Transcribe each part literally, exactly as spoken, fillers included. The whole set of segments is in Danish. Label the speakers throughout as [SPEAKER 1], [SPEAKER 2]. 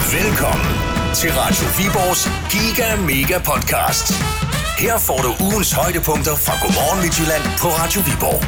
[SPEAKER 1] Velkommen til Radio Viborgs Giga Mega Podcast. Her får du ugens højdepunkter fra Godmorgen Midtjylland på Radio Viborg.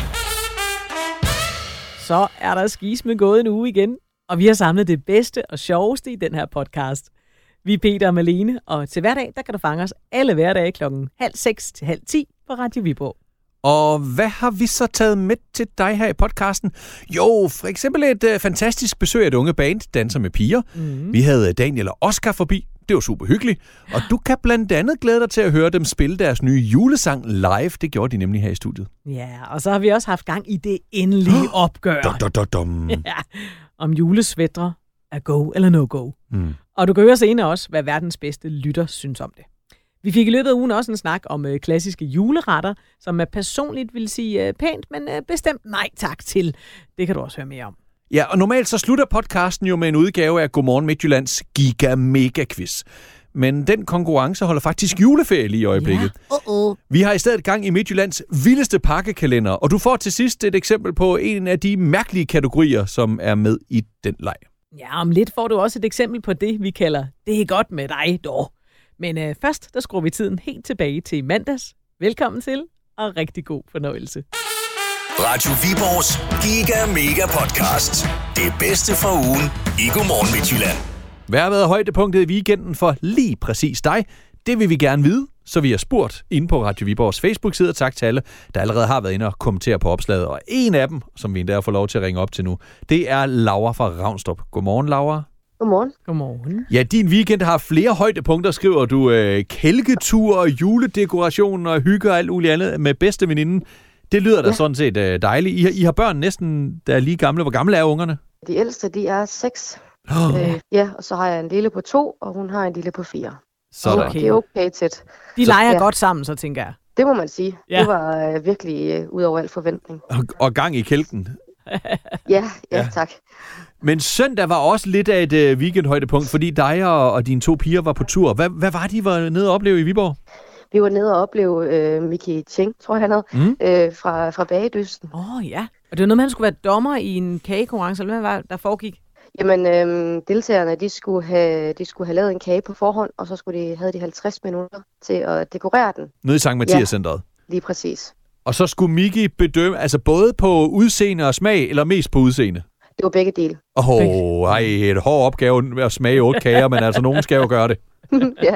[SPEAKER 2] Så er der skisme gået en uge igen, og vi har samlet det bedste og sjoveste i den her podcast. Vi er Peter og Malene, og til hverdag, der kan du fange os alle hverdage klokken halv seks til halv ti på Radio Viborg.
[SPEAKER 3] Og hvad har vi så taget med til dig her i podcasten? Jo, for eksempel et uh, fantastisk besøg af et unge band, Danser med piger. Mm. Vi havde Daniel og Oscar forbi. Det var super hyggeligt. Og du kan blandt andet glæde dig til at høre dem spille deres nye julesang live. Det gjorde de nemlig her i studiet.
[SPEAKER 2] Ja, og så har vi også haft gang i det endelige opgør.
[SPEAKER 3] Da, da, da,
[SPEAKER 2] ja, om julesvætre er go eller no go.
[SPEAKER 3] Mm.
[SPEAKER 2] Og du kan høre senere også, hvad verdens bedste lytter synes om det. Vi fik i løbet af ugen også en snak om øh, klassiske juleretter, som jeg personligt vil sige øh, pænt, men øh, bestemt nej tak til. Det kan du også høre mere om.
[SPEAKER 3] Ja, og normalt så slutter podcasten jo med en udgave af Godmorgen Midtjyllands Giga Mega Quiz. Men den konkurrence holder faktisk juleferie lige i øjeblikket.
[SPEAKER 2] Ja. Uh-uh.
[SPEAKER 3] Vi har i stedet gang i Midtjyllands vildeste pakkekalender, og du får til sidst et eksempel på en af de mærkelige kategorier, som er med i den leg.
[SPEAKER 2] Ja, om lidt får du også et eksempel på det, vi kalder det er godt med dig, dog. Men øh, først, der skruer vi tiden helt tilbage til mandags. Velkommen til, og rigtig god fornøjelse.
[SPEAKER 1] Radio Viborgs Giga Mega Podcast. Det bedste fra ugen i Godmorgen Midtjylland.
[SPEAKER 3] Hvad har været højdepunktet i weekenden for lige præcis dig? Det vil vi gerne vide, så vi har spurgt inde på Radio Viborgs Facebook-side, og tak til alle, der allerede har været inde og kommentere på opslaget. Og en af dem, som vi endda får lov til at ringe op til nu, det er Laura fra Ravnstrup. Godmorgen, Laura.
[SPEAKER 4] Godmorgen.
[SPEAKER 2] Godmorgen.
[SPEAKER 3] Ja, din weekend har flere højdepunkter, skriver du. Øh, kælketur, juledekoration og hygge og alt muligt andet med bedste veninden. Det lyder da ja. sådan set øh, dejligt. I har, I har børn næsten, der er lige gamle. Hvor gamle er ungerne?
[SPEAKER 4] De ældste, de er seks.
[SPEAKER 3] Oh.
[SPEAKER 4] Øh, ja, og så har jeg en lille på to, og hun har en lille på fire.
[SPEAKER 3] Sådan.
[SPEAKER 4] Okay. Det er okay tæt.
[SPEAKER 2] De leger
[SPEAKER 4] ja.
[SPEAKER 2] godt sammen, så tænker jeg.
[SPEAKER 4] Det må man sige.
[SPEAKER 2] Ja.
[SPEAKER 4] Det var øh, virkelig øh, ud over al forventning.
[SPEAKER 3] Og, og gang i kælken.
[SPEAKER 4] ja, ja,
[SPEAKER 3] Ja.
[SPEAKER 4] tak.
[SPEAKER 3] Men søndag var også lidt af et øh, weekendhøjdepunkt, fordi dig og, og dine to piger var på tur. Hvad, hvad var de var nede og opleve i Viborg?
[SPEAKER 4] Vi var nede og opleve øh, Mickey Cheng, tror jeg han hed,
[SPEAKER 3] Mm.
[SPEAKER 4] øh, fra, fra Bagedysten.
[SPEAKER 2] Åh oh, ja. Og det var noget med, at han skulle være dommer i en kagekonkurrence, eller hvad var der foregik?
[SPEAKER 4] Jamen, øh, deltagerne, de skulle, have, de skulle have lavet en kage på forhånd, og så skulle de, havde de halvtreds minutter til at dekorere den.
[SPEAKER 3] Nede i Sankt Mathias Centeret.
[SPEAKER 4] Lige præcis.
[SPEAKER 3] Og så skulle Mickey bedømme, altså både på udseende og smag, eller mest på udseende?
[SPEAKER 4] Det var begge dele.
[SPEAKER 3] Åh, oh, ej, et hård opgave at smage otte kager, men altså nogen skal jo gøre det.
[SPEAKER 4] ja,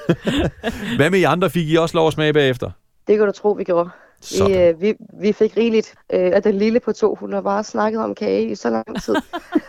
[SPEAKER 3] Hvad med I andre? Fik I også lov at smage bagefter?
[SPEAKER 4] det kan du tro, vi gjorde. Vi, øh, vi, vi fik rigeligt, øh, at den lille på to, hun har bare snakket om kage i så lang tid.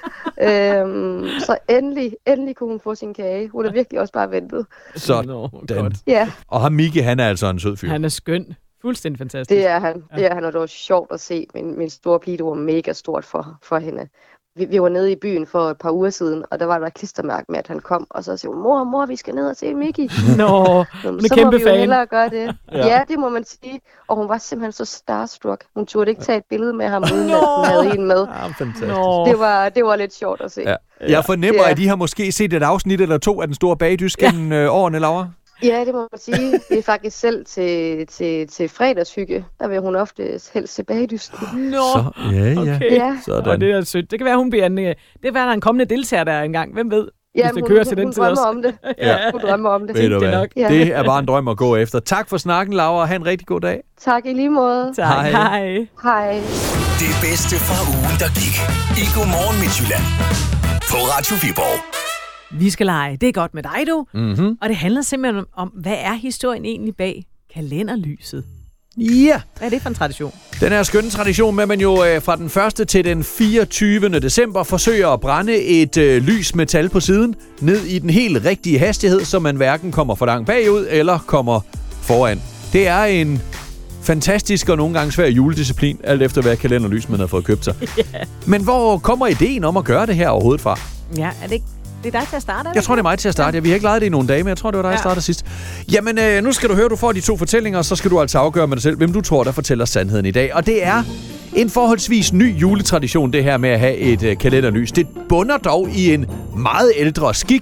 [SPEAKER 4] øhm, så endelig, endelig kunne hun få sin kage. Hun har virkelig også bare ventet.
[SPEAKER 3] Sådan.
[SPEAKER 2] Nå,
[SPEAKER 3] Den.
[SPEAKER 2] godt.
[SPEAKER 4] Ja,
[SPEAKER 3] Og ham Mickey, han er altså en sød fyr.
[SPEAKER 2] Han er skøn. Fuldstændig fantastisk.
[SPEAKER 4] det er han. Det er han, og det var sjovt at se. Min, min store pige, det var mega stort for, for hende. Vi, vi var nede i byen for et par uger siden, og der var der et klistermærke med, at han kom. Og så siger hun, mor, mor, vi skal ned og se Mickey.
[SPEAKER 2] Nå,
[SPEAKER 4] Nå,
[SPEAKER 2] hun er
[SPEAKER 4] så
[SPEAKER 2] kæmpe
[SPEAKER 4] må vi jo
[SPEAKER 2] fan.
[SPEAKER 4] hellere gøre det.
[SPEAKER 3] Ja.
[SPEAKER 4] ja. ja, det må man sige. Og hun var simpelthen så starstruck. Hun turde ikke tage et billede med ham, uden at hun havde en med.
[SPEAKER 3] Ja, fantastisk.
[SPEAKER 2] Nå.
[SPEAKER 4] Det var, det var lidt sjovt at se.
[SPEAKER 3] Ja. Jeg fornemmer,
[SPEAKER 4] Ja.
[SPEAKER 3] at I har måske set et afsnit eller to af Den Store Bagedyst gennem øh, årene, Laura.
[SPEAKER 4] Ja, det må man sige. Det er faktisk selv til, til, til fredagshygge. Der vil hun ofte helst se Bagedysten.
[SPEAKER 2] Nå,
[SPEAKER 3] Så, ja, ja.
[SPEAKER 2] okay.
[SPEAKER 4] Ja.
[SPEAKER 3] Sådan.
[SPEAKER 2] Og det er sødt. Det kan være, hun bliver en, øh, det kan være, der er en kommende deltager der engang. Hvem ved?
[SPEAKER 4] Ja,
[SPEAKER 2] det
[SPEAKER 4] hun,
[SPEAKER 2] kører
[SPEAKER 4] hun,
[SPEAKER 2] til den
[SPEAKER 4] hun
[SPEAKER 2] tid
[SPEAKER 4] drømmer
[SPEAKER 2] også.
[SPEAKER 4] om det.
[SPEAKER 2] Ja.
[SPEAKER 4] Hun drømmer om det.
[SPEAKER 3] Ved du
[SPEAKER 2] det
[SPEAKER 3] hvad?
[SPEAKER 2] nok.
[SPEAKER 4] Ja.
[SPEAKER 3] Det er bare en drøm at gå efter. Tak for snakken, Laura. Ha' en rigtig god dag.
[SPEAKER 4] Tak i lige måde.
[SPEAKER 2] Tak,
[SPEAKER 3] Hej.
[SPEAKER 2] hej.
[SPEAKER 4] Hej.
[SPEAKER 1] Det bedste fra ugen, der gik i Godmorgen Midtjylland på Radio Viborg.
[SPEAKER 2] Vi skal lege. Det er godt med dig, du.
[SPEAKER 3] Mm-hmm.
[SPEAKER 2] Og det handler simpelthen om, hvad er historien egentlig bag kalenderlyset?
[SPEAKER 3] Ja,
[SPEAKER 2] Hvad er det for en tradition?
[SPEAKER 3] den her skønne tradition med, at man jo øh, fra den første til den fireogtyvende december forsøger at brænde et øh, lys metal på siden ned i den helt rigtige hastighed, så man hverken kommer for langt bagud eller kommer foran. Det er en fantastisk og nogle gange svær juledisciplin, alt efter hvad kalenderlys man har fået købt sig.
[SPEAKER 2] Yeah.
[SPEAKER 3] Men hvor kommer ideen om at gøre det her overhovedet fra?
[SPEAKER 2] Ja, er det ikke det er dig til at starte?
[SPEAKER 3] Jeg tror, det er mig til at starte. Ja. Vi har ikke leget det i nogle dage, men jeg tror, det var dig, der
[SPEAKER 2] Ja.
[SPEAKER 3] startede sidst. Jamen, øh, nu skal du høre, du får de to fortællinger, og så skal du altså afgøre med dig selv, hvem du tror, der fortæller sandheden i dag. Og det er en forholdsvis ny juletradition, det her med at have et øh, kalenderlys. Det bunder dog i en meget ældre skik,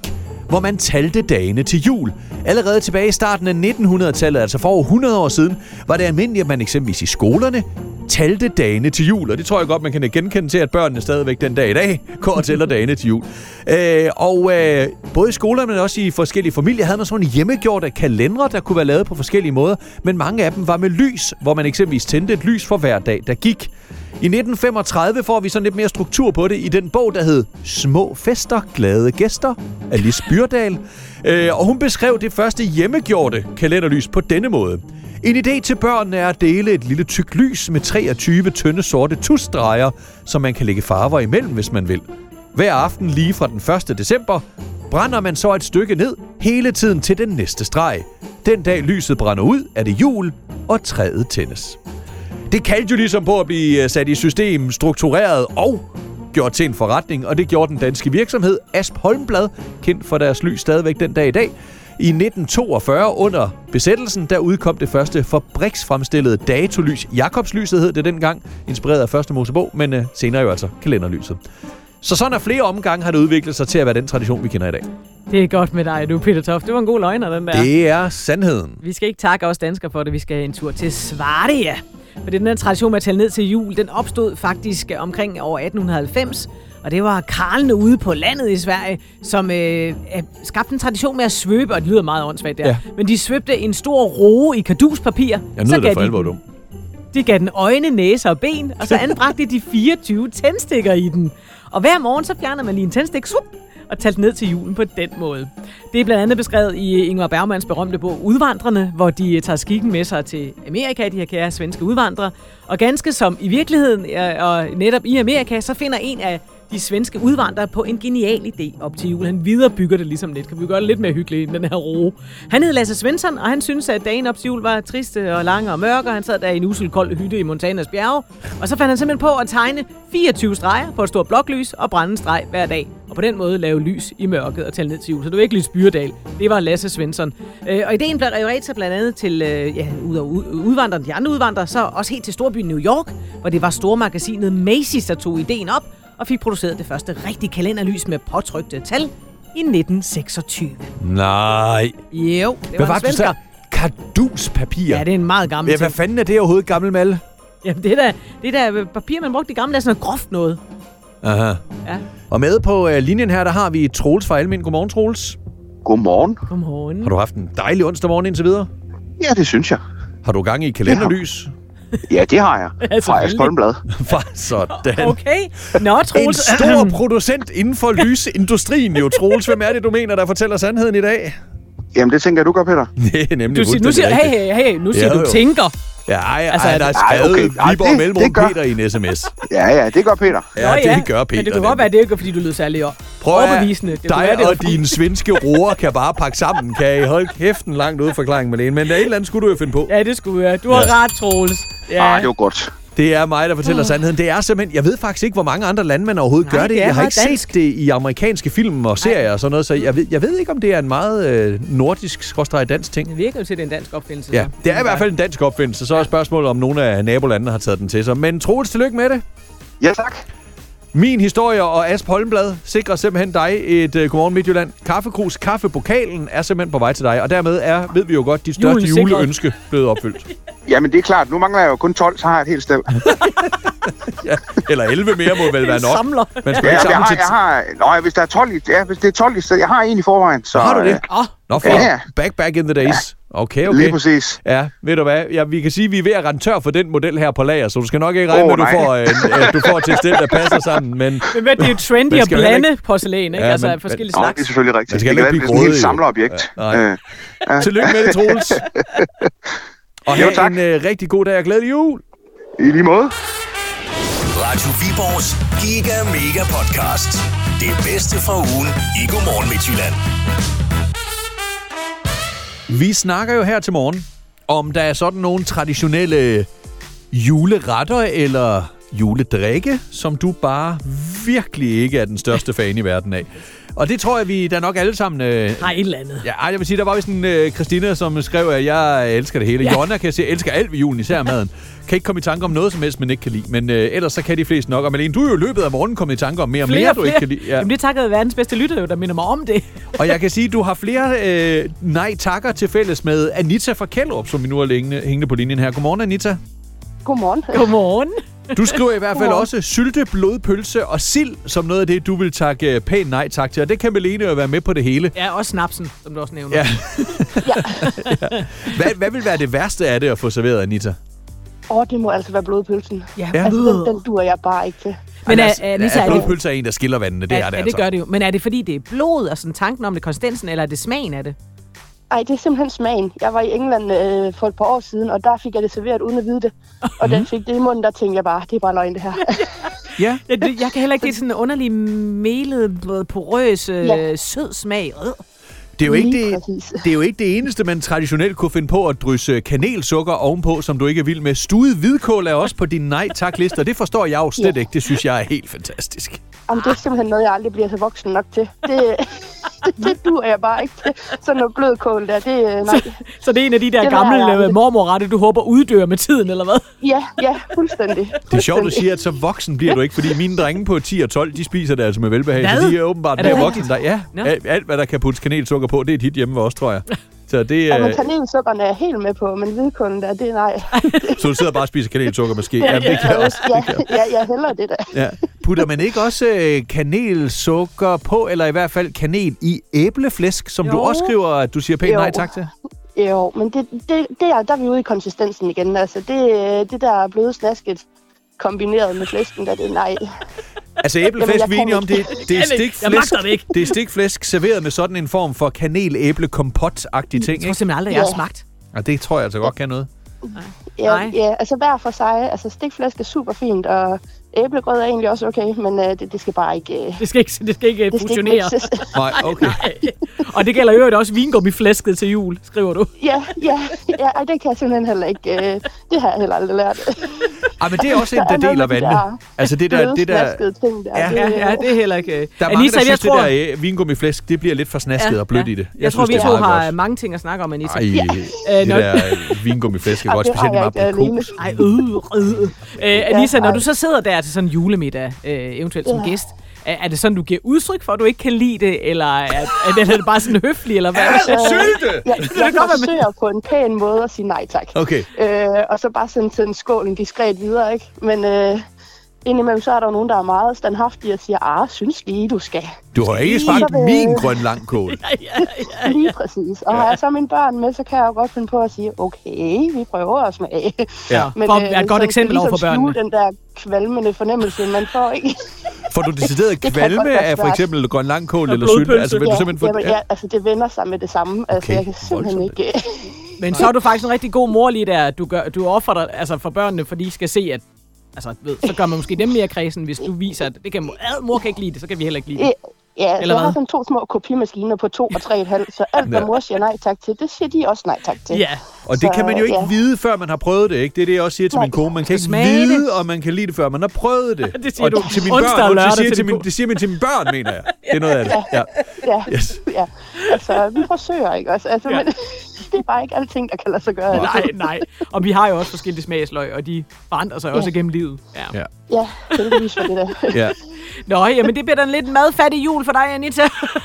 [SPEAKER 3] hvor man talte dagene til jul. Allerede tilbage i starten af nitten hundrede-tallet, altså for over hundrede år siden, var det almindeligt, at man eksempelvis i skolerne talte dagene til jul. Og det tror jeg godt, man kan genkende til, at børnene stadigvæk den dag i dag går og tæller dagene til jul. Øh, og øh, både i skolerne, men også i forskellige familier, havde man sådan nogle hjemmegjorte kalendere, der kunne være lavet på forskellige måder. Men mange af dem var med lys, hvor man eksempelvis tændte et lys for hver dag, der gik. I nitten femogtredive får vi sådan lidt mere struktur på det i den bog, der hed Små fester, glade gæster af Lis Byrdal. Øh, og hun beskrev det første hjemmegjorte kalenderlys på denne måde. En idé til børnene er at dele et lille tykt lys med treogtyve tynde sorte tusstreger, som man kan lægge farver imellem, hvis man vil. Hver aften lige fra den første december brænder man så et stykke ned hele tiden til den næste streg. Den dag lyset brænder ud, er det jul, og træet tændes. Det kaldte jo ligesom på at blive sat i system, struktureret og gjort til en forretning, og det gjorde den danske virksomhed Asp Holmblad, kendt for deres lys stadigvæk den dag i dag. I nitten toogfyrre under besættelsen, der udkom det første fabriksfremstillede datolys. Jakobslyset hed det dengang, inspireret af første Mosebog, men øh, senere jo altså kalenderlyset. Så sådan er flere omgange har det udviklet sig til at være den tradition, vi kender i dag.
[SPEAKER 2] Det er godt med dig, du Peter Toft. Det var en god løgner, den der.
[SPEAKER 3] Det er sandheden.
[SPEAKER 2] Vi skal ikke takke os danskere for det. Vi skal have en tur til Sverige. For den her tradition med at tælle ned til jul, den opstod faktisk omkring år atten halvfems. Og det var karlene ude på landet i Sverige, som øh, skabte en tradition med at svøbe, og det lyder meget åndssvagt der. Ja. Men de svøbte en stor roe i karduspapir.
[SPEAKER 3] Jeg nyder det for alvor, du.
[SPEAKER 2] De gav den øjne, næse og ben, og så anbragte de fireogtyve tændstikker i den. Og hver morgen så fjerner man lige en tændstik, svup, og talte ned til julen på den måde. Det er blandt andet beskrevet i Ingvar Bergmans berømte bog Udvandrerne, hvor de tager skikken med sig til Amerika, de her kære svenske udvandrere. Og ganske som i virkeligheden, og netop i Amerika, så finder en af de svenske udvandrere på en genial idé op til jul. Han viderebygger det ligesom lidt. Kan vi gøre det lidt mere hyggeligt end den her roe? Han hed Lasse Svensson, og han synes, at dagen op til jul var triste og lange og mørke, og han sad der i en usel kold hytte i Montanas bjerge. Og så fandt han simpelthen på at tegne fireogtyve streger på et stort bloklys og brænde en streg hver dag. Og på den måde lave lys i mørket og tælle ned til jul. Så det var ikke Lis Byrdal. Det var Lasse Svensson. Øh, og ideen blev refereret sig blandt andet til øh, ja, ud af udvandrere, de andre udvandrere, så også helt til storbyen New York, hvor det var stormagasinet Macy's, der tog ideen op og fik produceret det første rigtige kalenderlys med påtrykte tal i nitten seksogtyve.
[SPEAKER 3] Nej.
[SPEAKER 2] Jo, det
[SPEAKER 3] hvad
[SPEAKER 2] var en svensker.
[SPEAKER 3] Karduspapir?
[SPEAKER 2] Ja, det er en meget gammel
[SPEAKER 3] ja,
[SPEAKER 2] ting.
[SPEAKER 3] hvad fanden er det overhovedet, gammel malle?
[SPEAKER 2] Jamen, det er da, det er da papir, man brugte i gamle dage, sådan noget groft noget.
[SPEAKER 3] Aha.
[SPEAKER 2] Ja.
[SPEAKER 3] Og med på uh, linjen her, der har vi Troels fra Almen. Godmorgen, Troels.
[SPEAKER 5] Godmorgen.
[SPEAKER 2] Godmorgen.
[SPEAKER 3] Har du haft en dejlig onsdag morgen indtil videre?
[SPEAKER 5] Ja, det synes jeg.
[SPEAKER 3] Har du gang i kalenderlys?
[SPEAKER 5] Ja, det har jeg. Fra Asp Holmblad.
[SPEAKER 3] Sådan.
[SPEAKER 2] Okay. Nå, Troels.
[SPEAKER 3] En stor producent inden for lysindustrien jo, Troels. Hvem er det, du mener, der fortæller sandheden i dag?
[SPEAKER 5] Jamen, det tænker jeg, du gør, Peter.
[SPEAKER 3] Det er nemlig
[SPEAKER 2] du siger, nu siger, hey, hey, hey, nu siger ja, du jo. tænker.
[SPEAKER 3] Ja, ej,
[SPEAKER 2] altså,
[SPEAKER 3] ej, der er skrevet
[SPEAKER 5] okay.
[SPEAKER 3] Viborg Mellemrum Peter i en sms.
[SPEAKER 5] Ja, ja, det gør Peter.
[SPEAKER 3] Ja,
[SPEAKER 2] Nå, ja.
[SPEAKER 3] det gør Peter.
[SPEAKER 2] Men det kan godt være, det ikke fordi du lyder særlig overbevisende. Det
[SPEAKER 3] dig
[SPEAKER 2] være, det
[SPEAKER 3] og dine svenske roer kan bare pakke sammen. Kan I holde kæften langt ud forklaring, Malene? Men der er et eller andet skulle du jo finde på.
[SPEAKER 2] Ja, det skulle jeg. Du har ja. ret, Troels.
[SPEAKER 5] Ja, ah, det var godt.
[SPEAKER 3] Det er mig, der fortæller oh. sandheden. Det er simpelthen... Jeg ved faktisk ikke, hvor mange andre landmænd overhovedet
[SPEAKER 2] Nej,
[SPEAKER 3] gør det.
[SPEAKER 2] det
[SPEAKER 3] jeg har ikke
[SPEAKER 2] dansk.
[SPEAKER 3] set det i amerikanske film og serier Nej. og sådan noget, så jeg ved, jeg ved ikke, om det er en meget øh, nordisk skråstreg dansk ting.
[SPEAKER 2] Det virker jo til, at det er en dansk opfindelse.
[SPEAKER 3] Ja,
[SPEAKER 2] så.
[SPEAKER 3] det er i hvert fald en dansk opfindelse. Så er spørgsmålet, om nogle af nabolandene har taget den til sig. Men Troels, tillykke med det.
[SPEAKER 5] Ja, tak.
[SPEAKER 3] Min historie og Asp Holmblad sikrer simpelthen dig et uh, Godmorgen Midtjylland kaffekrus. Kaffepokalen er simpelthen på vej til dig, og dermed er, ved vi jo godt, de største juleønske blevet opfyldt.
[SPEAKER 5] Jamen, det er klart. Nu mangler jeg jo kun tolv, så har jeg et helt sted.
[SPEAKER 3] Ja, eller elleve mere må vel være nok.
[SPEAKER 2] Samler.
[SPEAKER 3] Man skal
[SPEAKER 5] ja,
[SPEAKER 3] ikke
[SPEAKER 5] jeg har,
[SPEAKER 3] til...
[SPEAKER 5] jeg har, nøj, hvis der er tolv i, ja, hvis det er tolv i sted, jeg har en i forvejen, så...
[SPEAKER 3] Har du det?
[SPEAKER 2] Åh, oh.
[SPEAKER 3] Nå, for ja. back, back in the days. Ja. Okay, okay.
[SPEAKER 5] Lige præcis.
[SPEAKER 3] Ja, ved du hvad? Ja, vi kan sige, at vi er ved at rende tør for den model her på lager, så du skal nok ikke regne
[SPEAKER 5] oh,
[SPEAKER 3] med, at du får, øh, at du får et tekstil, der passer sammen. Men,
[SPEAKER 2] men det er jo trendy at blande ikke... porcelæn, ikke? Ja, altså men, forskellige
[SPEAKER 5] men,
[SPEAKER 2] slags.
[SPEAKER 5] Det er selvfølgelig rigtigt.
[SPEAKER 3] Man skal
[SPEAKER 5] det kan
[SPEAKER 3] ikke
[SPEAKER 5] være, det er sådan et helt samlerobjekt. Ja,
[SPEAKER 3] øh, ja. Tillykke med det, Troels. Og have jo, en øh, rigtig god dag og glædelig jul.
[SPEAKER 5] I lige måde.
[SPEAKER 1] Radio Viborgs Giga Mega Podcast. Det bedste fra ugen i Godmorgen Midtjylland.
[SPEAKER 3] Vi snakker jo her til morgen, om der er sådan nogle traditionelle juleretter eller juledrikke, som du bare virkelig ikke er den største fan i verden af. Og det tror jeg, vi der nok alle sammen... Øh,
[SPEAKER 2] Nej, et eller andet.
[SPEAKER 3] Ja, jeg vil sige, der var vist en øh, Christina, som skrev, at jeg elsker det hele. Ja. Jonna kan jeg sige, jeg elsker alt ved julen, især maden. Kan ikke komme i tanke om noget som helst, man ikke kan lide. Men øh, ellers så kan de fleste nok. Og Malene, du er jo i løbet af morgenen kommet i tanke om mere og mere, du ikke kan lide. Ja.
[SPEAKER 2] Jamen det takker verdens bedste lytter jo, der minder mig om det.
[SPEAKER 3] Og jeg kan sige, at du har flere øh, nej-takker til fælles med Anita fra Kjellerup, som vi nu har hængende, hængende på linjen her. Godmorgen, Anita.
[SPEAKER 4] Godmorgen.
[SPEAKER 2] Godmorgen.
[SPEAKER 3] Du skriver i hvert fald også sylte, blodpølse og sild som noget af det, du vil takke pænt nej tak til. Og det kan Malene jo være med på det hele.
[SPEAKER 2] Ja, også snapsen, som du også nævner.
[SPEAKER 3] Ja. ja. Hvad, hvad vil være det værste af det at få serveret, Anita?
[SPEAKER 4] Åh, oh, det må altså være blodpølsen.
[SPEAKER 2] Ja,
[SPEAKER 4] ja. Altså, den, den duer jeg bare ikke til.
[SPEAKER 2] Men er,
[SPEAKER 3] altså,
[SPEAKER 2] er, Anita,
[SPEAKER 3] er
[SPEAKER 2] er
[SPEAKER 3] blodpølse er en, der skiller vandene, det
[SPEAKER 2] ja,
[SPEAKER 3] er det
[SPEAKER 2] ja,
[SPEAKER 3] altså.
[SPEAKER 2] det gør det jo. Men er det fordi, det er blod og sådan tanken om det, konsistensen, eller er det smagen af det?
[SPEAKER 4] Ej, det er simpelthen smagen. Jeg var i England øh, for et par år siden, og der fik jeg det serveret uden at vide det. Og da jeg fik det i munden, der tænkte jeg bare, det er bare løgn det her.
[SPEAKER 3] ja.
[SPEAKER 2] Jeg, jeg kan heller ikke lide sådan en underlig melet, porøs, ja. sød smag. Øh.
[SPEAKER 3] Det er, jo ikke det, det er jo ikke det eneste, man traditionelt kunne finde på at drysse kanelsukker ovenpå, som du ikke er vild med. Stuet hvidkål er også på din nej-tak-liste, og det forstår jeg jo slet ja. ikke. Det synes jeg er helt fantastisk.
[SPEAKER 4] Jamen, det er simpelthen noget, jeg aldrig bliver så voksen nok til. Det, det, det duer jeg bare ikke til. Sådan noget blødkål der, det nej.
[SPEAKER 2] Så, så det er en af de der det gamle mormorrette, du håber uddør med tiden, eller hvad?
[SPEAKER 4] Ja, ja, fuldstændig. fuldstændig.
[SPEAKER 3] Det er sjovt, du siger, at så voksen bliver du ikke, fordi mine drenge på ti og tolv, de spiser det altså med velbehag.
[SPEAKER 2] Hvad?
[SPEAKER 3] Så de er åbenbart mere voksne. Der, ja,
[SPEAKER 2] no.
[SPEAKER 3] alt, alt, hvad der kan puttes kanelsukker på, det er dit hjemme ved os, tror jeg. Så det
[SPEAKER 4] ja, men kanelsukkerne er jeg helt med på, men hvidkålen der, det er nej.
[SPEAKER 3] Så du sidder bare og spiser kanelsukker med ske?
[SPEAKER 2] Ja,
[SPEAKER 3] Jamen, det kan
[SPEAKER 4] ja,
[SPEAKER 3] også.
[SPEAKER 4] ja, ja, jeg hælder det der.
[SPEAKER 3] Ja. Putter man ikke også øh, kanelsukker på, eller i hvert fald kanel i æbleflæsk, som jo. du også skriver, at du siger pænt nej tak til?
[SPEAKER 4] Jo, men det, det, det er, der er vi ude i konsistensen igen. Altså, det, det der bløde snasket kombineret med flæsken, der det er nej.
[SPEAKER 3] Altså æbleflæsk, vi er enige om, det, det er stikflæsk,
[SPEAKER 2] det ikke.
[SPEAKER 3] det er stikflæsk serveret med sådan en form for kanel-æble-kompot-agtig ting, ikke?
[SPEAKER 2] Jeg tror simpelthen aldrig, jeg har smagt.
[SPEAKER 3] Ja, det tror jeg altså godt kan noget.
[SPEAKER 4] Ja, ja, altså hver for sig. Altså stikflæsk er super fint, og æblegrød er egentlig også okay, men uh, det, det skal bare ikke... Uh,
[SPEAKER 2] det skal ikke, det skal ikke det fusionere.
[SPEAKER 4] Skal ikke
[SPEAKER 3] Nej, okay.
[SPEAKER 2] Nej. Og det gælder jo også vingummiflæsket til jul, skriver du.
[SPEAKER 4] Ja, ja, ja, det kan jeg simpelthen heller ikke. Uh, det har jeg heller aldrig lært.
[SPEAKER 3] Ej, men det er også en, der deler vandene. Altså det der... Det der
[SPEAKER 4] ting der.
[SPEAKER 2] Ja, ja, ja, det er heller ikke...
[SPEAKER 3] Der er mange, Anissa, der synes, tror, det der vingummiflæsk, det bliver lidt for snasket ja, og blødt ja. i det.
[SPEAKER 2] Jeg, jeg tror, synes, vi to har godt. mange ting at snakke om, Anissa.
[SPEAKER 3] Ej, ja. det der vingummiflæsk er godt, specielt med aprikos.
[SPEAKER 2] Ej, øh, øh. øh Anissa, når du så sidder der til sådan en julemiddag, øh, eventuelt som gæst, er, er det sådan, du giver udtryk for, at du ikke kan lide det, eller er, er, det, er det bare sådan høflig, eller hvad?
[SPEAKER 3] Ja, sylte!
[SPEAKER 4] Jeg, jeg forsøger på en pæn måde at sige nej tak.
[SPEAKER 3] Okay.
[SPEAKER 4] Øh, og så bare sende sådan skålen diskret videre, ikke? Men øh, indimellem så er der jo nogen, der er meget standhaftige og siger, ah, synes lige, du skal.
[SPEAKER 3] Du har ikke smagt min grøn langkål.
[SPEAKER 2] ja, ja, ja, ja.
[SPEAKER 4] Lige præcis. Og ja. har jeg så mine børn med, så kan jeg jo godt finde på at sige, okay, vi prøver at smage.
[SPEAKER 2] Ja. Men, for at være et godt eksempel over for børnene.
[SPEAKER 4] Den der kvalmende fornemmelse, man får ikke.
[SPEAKER 3] Får du decideret kvalme af for eksempel grøn langkål eller sylte? Altså, vil
[SPEAKER 4] ja,
[SPEAKER 3] du simpelthen få...
[SPEAKER 4] ja, ja, altså det vender sig med det samme. Okay. Altså, jeg kan simpelthen
[SPEAKER 3] Voldsomt.
[SPEAKER 4] ikke...
[SPEAKER 2] Men så er du faktisk en rigtig god mor lige der. Du, gør, du offer dig altså for børnene, fordi de skal se, at altså, ved, så gør man måske dem mere kredsen, hvis du viser, at det kan, mor, mor kan ikke lide det, så kan vi heller ikke lide det.
[SPEAKER 4] Ja, eller jeg har sådan to små kopimaskiner på to og tre og et halvt, så alt, hvad mor siger nej tak til, det siger de også nej tak til.
[SPEAKER 2] Ja.
[SPEAKER 3] Og det så, kan man jo ikke ja. vide, før man har prøvet det, ikke? Det er det, jeg også siger til nej. min kone. Man kan ikke vide, det. om man kan lide det, før man har prøvet det.
[SPEAKER 2] Det siger
[SPEAKER 3] og
[SPEAKER 2] du
[SPEAKER 3] til mine børn, det siger, til min, det siger man til mine børn, mener jeg. Det er noget af det. Ja,
[SPEAKER 4] ja. Yes. ja. Altså, vi forsøger, ikke også? Altså, ja. men det er bare ikke alting, der kan lade sig gøre.
[SPEAKER 2] Nej, nej. Og vi har jo også forskellige smagsløg, og de forandrer sig ja. også gennem livet.
[SPEAKER 3] Ja,
[SPEAKER 4] ja. ja heldigvis for det der.
[SPEAKER 3] Ja.
[SPEAKER 2] Nå, jamen det bliver da en lidt madfattig jul for dig, Anita.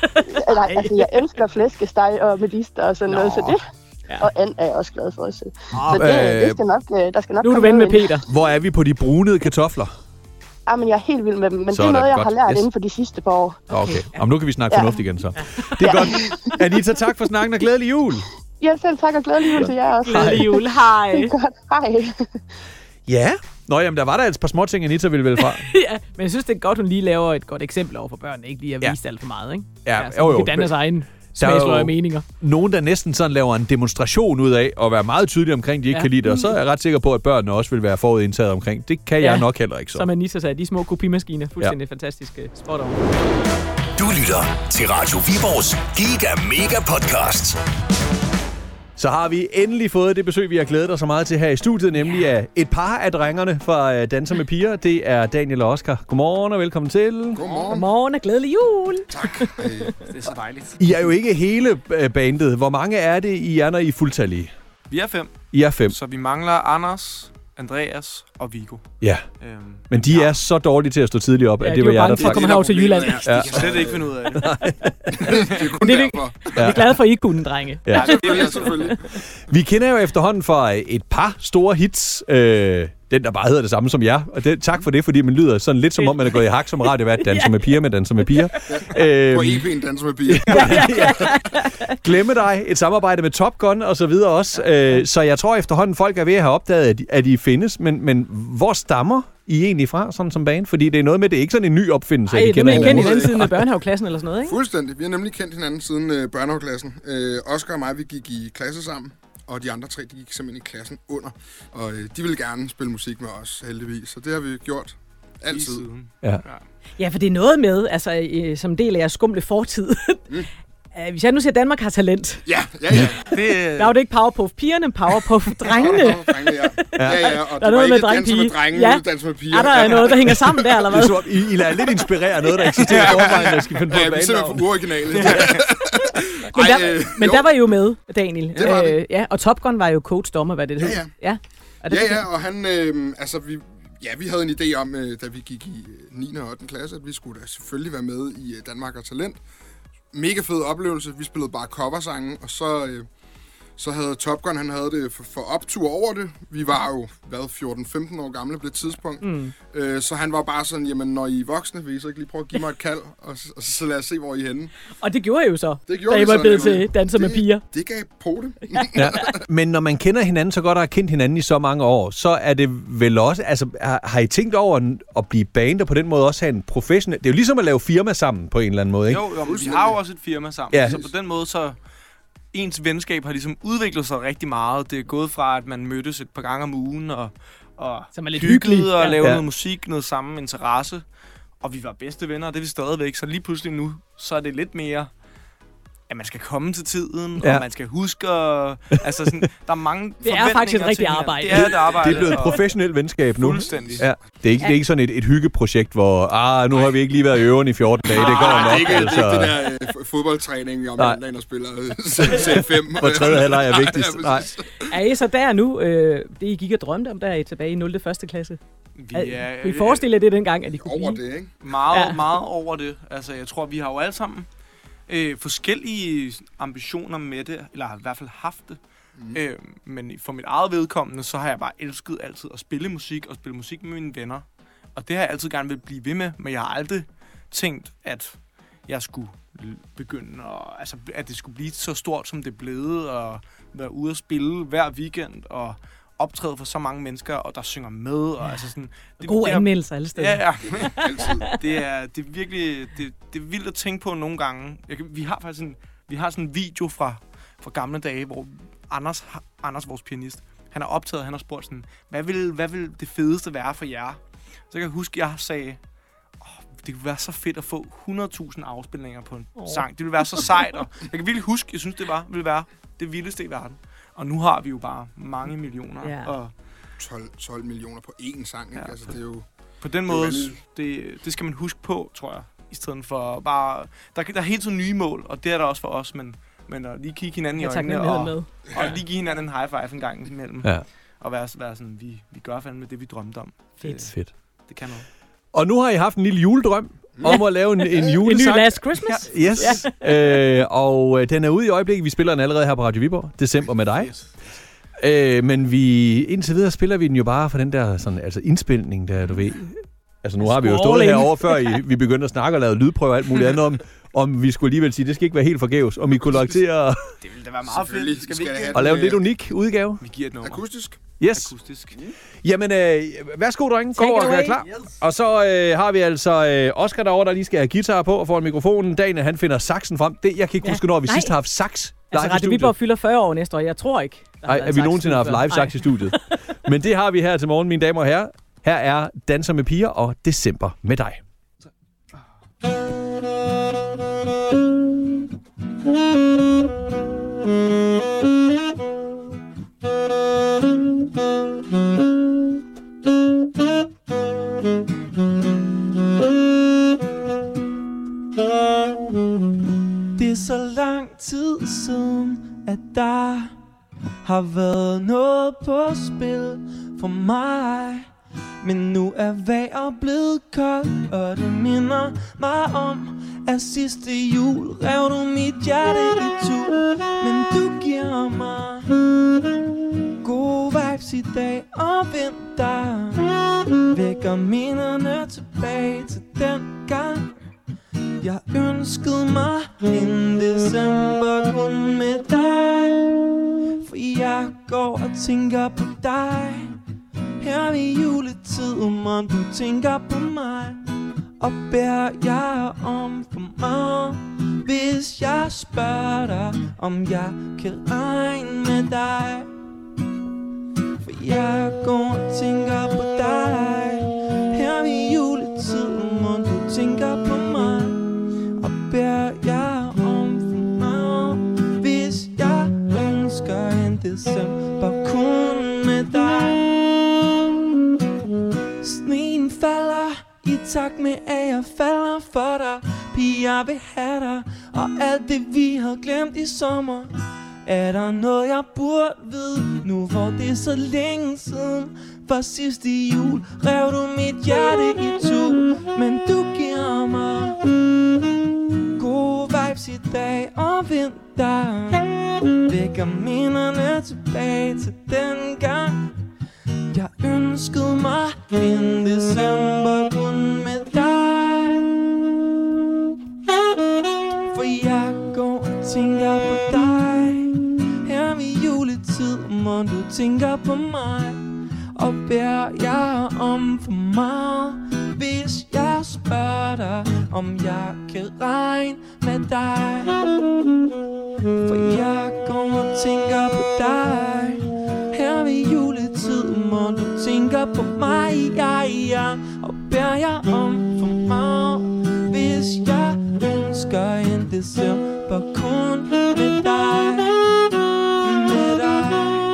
[SPEAKER 4] Nej, altså jeg elsker flæskesteg og medister og sådan Nå. noget, så det... Ja. Og and er jeg også glad for. Så, så det, øh, det skal nok, der skal nok
[SPEAKER 2] nu er du ven med Peter.
[SPEAKER 3] Hvor er vi på de brunede kartofler?
[SPEAKER 4] Ah, men jeg er helt vild med dem, men
[SPEAKER 3] så
[SPEAKER 4] det er noget, jeg
[SPEAKER 3] godt.
[SPEAKER 4] har lært
[SPEAKER 3] yes.
[SPEAKER 4] inden for de sidste par år.
[SPEAKER 3] Okay, okay. Jamen, nu kan vi snakke ja. fornuft igen så. Det er ja. godt. Anita, tak for snakken og glædelig jul.
[SPEAKER 4] Ja, selv tak og glædelig jul til jer også.
[SPEAKER 2] Glædelig jul, hej.
[SPEAKER 4] Det er godt, hej.
[SPEAKER 3] Ja. Nå, jamen, der var der et par små ting, Anita ville vælge fra.
[SPEAKER 2] ja, men jeg synes, det er godt, hun lige laver et godt eksempel over for børnene. Ikke lige at vise ja. alt for meget, ikke?
[SPEAKER 3] Ja,
[SPEAKER 2] ja så jo, jo. De danner sig egen smagsløg og meninger.
[SPEAKER 3] Nogen, der næsten sådan laver en demonstration ud af at være meget tydelig omkring, de ikke ja. kan lide det, og så er jeg ret sikker på, at børnene også vil være forudindtaget omkring. Det kan ja. jeg nok heller ikke så.
[SPEAKER 2] Som Anissa sagde, de små kopimaskiner. Fuldstændig ja. fantastiske spot over.
[SPEAKER 1] Du lytter til Radio Viborgs Giga Mega Podcast.
[SPEAKER 3] Så har vi endelig fået det besøg, vi har glædet os så meget til her i studiet, nemlig af et par af drengerne fra Danser med Piger. Det er Daniel og Oscar. Godmorgen og velkommen til.
[SPEAKER 6] Godmorgen.
[SPEAKER 2] Godmorgen og glædelig jul.
[SPEAKER 6] Tak. Det er så dejligt.
[SPEAKER 3] I er jo ikke hele bandet. Hvor mange er det, I er, når I er fuldtallige?
[SPEAKER 6] Vi er fem.
[SPEAKER 3] I er fem.
[SPEAKER 6] Så vi mangler Anders, Andreas og Viggo.
[SPEAKER 3] Ja. Øhm, Men de ja. er så dårlige til at stå tidligt op,
[SPEAKER 2] ja,
[SPEAKER 3] at det var jer, der
[SPEAKER 2] for at komme herover til Jylland.
[SPEAKER 6] Ja. De kan slet ikke finde ud af det.
[SPEAKER 7] det er kun
[SPEAKER 2] det er
[SPEAKER 7] derfor.
[SPEAKER 2] Vi er glade for, at I kunne, drenge.
[SPEAKER 3] Ja.
[SPEAKER 7] Ja, det er jeg selvfølgelig.
[SPEAKER 3] Vi kender jo efterhånden for et par store hits. Øh, den, der bare hedder det samme som jer. Og det, tak for det, fordi man lyder sådan lidt som om, man er gået i hak som radiovært. Danser med piger med Danser med piger.
[SPEAKER 7] Ja.
[SPEAKER 3] Øhm,
[SPEAKER 7] På E P'en Danser med piger.
[SPEAKER 3] ja. Glemme dig. Et samarbejde med Top Gun og så videre også. Ja. Øh, så jeg tror efterhånden, folk er ved at have opdaget, at de, at de findes. Men, men hvor stammer I egentlig fra, sådan som band? Fordi det er noget med, det er ikke sådan en ny opfindelse.
[SPEAKER 2] Ej,
[SPEAKER 3] vi kender
[SPEAKER 2] det er kendt
[SPEAKER 3] hinanden.
[SPEAKER 2] hinanden siden af børnehaveklassen eller sådan noget, ikke?
[SPEAKER 7] Fuldstændig. Vi har nemlig kendt hinanden siden øh, børnehaveklassen. Øh, Oscar og mig, vi gik i klasse sammen. Og de andre tre, de gik simpelthen i klassen under. Og øh, de ville gerne spille musik med os, heldigvis. Så det har vi gjort altid.
[SPEAKER 3] Ja.
[SPEAKER 2] Ja, for det er noget med, altså øh, som del af jeres skumle fortid. Mm. Hvis jeg nu siger, at Danmark har talent.
[SPEAKER 7] Ja, ja, ja.
[SPEAKER 2] Det, der var det ikke Powerpuff-pigerne, Powerpuff-drengene.
[SPEAKER 7] Powerpuff-drengene, ja. Ja, ja, og
[SPEAKER 2] der er
[SPEAKER 7] det
[SPEAKER 2] noget
[SPEAKER 7] var
[SPEAKER 2] med
[SPEAKER 7] ikke
[SPEAKER 2] drenge,
[SPEAKER 7] danser med drenge,
[SPEAKER 2] ja.
[SPEAKER 7] danser med piger.
[SPEAKER 2] Er der noget, der hænger sammen der, eller hvad?
[SPEAKER 3] Det er så, I, I lader lidt inspirere noget, der eksisterer i forvejen, der skal finde på
[SPEAKER 7] ja,
[SPEAKER 3] et
[SPEAKER 7] vi er simpelthen for originale.
[SPEAKER 2] men, der, øh, men der var I jo med, Daniel.
[SPEAKER 7] Det var
[SPEAKER 2] øh, ja, og Top Gun var jo coach dommer, hvad det hed.
[SPEAKER 7] Ja, ja.
[SPEAKER 2] Ja, er det
[SPEAKER 7] ja, ja, og han, øh, altså vi, ja, vi havde en idé om, øh, da vi gik i niende og ottende klasse, at vi skulle da selvfølgelig være med i øh, Danmark og Talent. Mega fed oplevelse. Vi spillede bare coversange, og så, øh, så havde Top Gun, han havde det for, for optur over det. Vi var jo, hvad, fjorten femten år gamle på det tidspunkt. Mm. Øh, så han var bare sådan, jamen, når I er voksne, vil I så ikke lige prøve at give mig et kald, og, og så lad os se, hvor I er henne.
[SPEAKER 2] Og det gjorde I jo så,
[SPEAKER 7] det gjorde
[SPEAKER 2] da I var blevet til Danser med piger.
[SPEAKER 7] Det gav på det.
[SPEAKER 3] Ja. Men når man kender hinanden så godt og har kendt hinanden i så mange år, så er det vel også, altså har, har I tænkt over at blive band og på den måde også have en professionel, det er jo ligesom at lave firma sammen på en eller anden måde, ikke?
[SPEAKER 6] Jo, jo men vi har jo også et firma sammen, ja. Så på den måde så ens venskab har ligesom udviklet sig rigtig meget. Det er gået fra, at man mødtes et par gange om ugen og, og hyggede og ja. lavede ja. noget musik, noget samme interesse. Og vi var bedste venner, og det er vi stadigvæk. Så lige pludselig nu, så er det lidt mere, at man skal komme til tiden, ja. og man skal huske at, altså sådan, der er mange
[SPEAKER 2] det er faktisk et rigtigt arbejde.
[SPEAKER 6] Det er et arbejde.
[SPEAKER 3] Det er blevet et professionelt venskab nu.
[SPEAKER 6] Fuldstændig.
[SPEAKER 3] Ja. Det, er ikke, det er ikke sådan et, et hyggeprojekt, hvor ah, nu har vi ikke lige været i øveren i fjorten dage. Det går nok.
[SPEAKER 7] Det er ikke, altså. Det, er det der uh, fodboldtræning om mandagen og spiller C fem.
[SPEAKER 3] Hvor tredje halvleg er vigtigst.
[SPEAKER 2] Nej. Er I så der nu, øh, det I gik og drømte om, der er I tilbage i nul første klasse? Vi er... Kan I forestille jer det dengang, at I kunne
[SPEAKER 7] over
[SPEAKER 2] blive?
[SPEAKER 7] Det, ikke?
[SPEAKER 6] Meget, ja. meget over det. Altså, jeg tror, vi har jo alle sammen øh, forskellige ambitioner med det, eller har i hvert fald haft det. Mm. Øh, men for mit eget vedkommende, så har jeg bare elsket altid at spille musik, og spille musik med mine venner. Og det har jeg altid gerne vil blive ved med, men jeg har aldrig tænkt, at jeg skulle begynde, at, altså, at det skulle blive så stort, som det er blevet, og være ude at spille hver weekend, og optræde for så mange mennesker, og der synger med, og ja. altså sådan... Det,
[SPEAKER 2] gode
[SPEAKER 6] det er,
[SPEAKER 2] anmeldelser alle steder.
[SPEAKER 6] Ja, ja. det, er, det er virkelig... Det, det er vildt at tænke på nogle gange. Jeg, vi har faktisk en, vi har sådan en video fra, fra gamle dage, hvor Anders, Anders, vores pianist, han har optaget, han har spurgt sådan, hvad vil, hvad vil det fedeste være for jer? Så jeg kan huske, jeg sagde, oh, det kunne være så fedt at få hundrede tusind afspilninger på en oh. sang. Det ville være så sejt, og jeg kan virkelig huske, jeg synes, det var, ville være det vildeste i verden. Og nu har vi jo bare mange millioner.
[SPEAKER 2] Ja.
[SPEAKER 6] Og
[SPEAKER 7] tolv, tolv millioner på én sang, ikke? Ja, altså, det er jo...
[SPEAKER 6] På den måde, det, det skal man huske på, tror jeg. I stedet for bare... Der, der er helt tiden nye mål, og det er der også for os, men, men at lige kigge hinanden i øjnene, og,
[SPEAKER 2] med.
[SPEAKER 6] og lige give hinanden en high five en gang imellem.
[SPEAKER 3] Ja.
[SPEAKER 6] Og være, være sådan, vi, vi gør fandme det, vi drømte om.
[SPEAKER 2] Fedt.
[SPEAKER 6] Det,
[SPEAKER 3] Fedt.
[SPEAKER 6] Det kan noget.
[SPEAKER 3] Og nu har I haft en lille juledrøm ja. om at lave en, en julesang.
[SPEAKER 2] En ny Last Christmas.
[SPEAKER 3] Ja. Yes. Ja. Øh, og øh, den er ude i øjeblikket. Vi spiller den allerede her på Radio Viborg. December med dig. Yes. Øh, men vi, indtil videre spiller vi den jo bare for den der sådan, altså indspilning, der du ved. Altså nu har vi jo stået herovre, før I, vi begyndte at snakke og lave lydprøver og alt muligt andet om, om vi skulle alligevel sige, det skal ikke være helt forgæves, om I kunne lage til at...
[SPEAKER 6] Det ville da være meget fedt. Skal vi ikke...
[SPEAKER 3] Og lave en lidt unik udgave.
[SPEAKER 6] Vi giver et nummer.
[SPEAKER 7] Akustisk.
[SPEAKER 3] Yes.
[SPEAKER 6] Akustisk.
[SPEAKER 3] Mm. Jamen, øh, værsgo, drenge. Gå og vær klar. Yes. Og så øh, har vi altså øh, Oscar derovre, der lige skal have guitar på og foran mikrofonen. Daniel, han finder saxen frem. Det, jeg kan ikke ja. huske, når vi Nej. sidst har haft sax.
[SPEAKER 2] Altså, Radio Viborg fylder fyrre år næste år. Jeg tror ikke.
[SPEAKER 3] Nej, at vi nogensinde har haft live sax i studiet. Men det har vi her til morgen, mine damer og herrer. Her er Danser med piger og December med dig.
[SPEAKER 8] Det er så lang tid siden, at der har været noget på spil for mig. Men nu er vejret blevet koldt, og det minder mig om, at sidste jul rev du mit hjerte i tu. Men du giver mig gode vibes i dag og vinter, vækker minderne tilbage til den gang jeg ønskede mig en december kun med dig. For jeg går og tænker på dig her ved juletid, om du tænker på mig. Og beder jeg om for mig, hvis jeg spørger dig, om jeg kan regne med dig. For jeg går og tænker på dig her ved juletid, om du tænker på mig. Og beder jeg om for mig, hvis jeg ønsker en december kun med dig. Sneen falder i takt med, at jeg falder for dig. Piger vil have dig, og alt det vi har glemt i sommer. Er der noget jeg burde vide, nu hvor det er så længe siden? For sidste jul rev du mit hjerte i tu. Men du giver mig gode vibes i dag og vinter, vækker minderne tilbage til den gang jeg ønskede mig en december kun med dig. For jeg går og tænker på dig her ved juletid, må du tænker på mig. Og beder jeg om for mig, hvis jeg spørger dig, om jeg kan regne med dig. For jeg går og tænker på dig her ved juletid, må du tænker på mig, ja, ja. Og beder jeg om for mig, hvis jeg ønsker en december kun med dig. Med dig.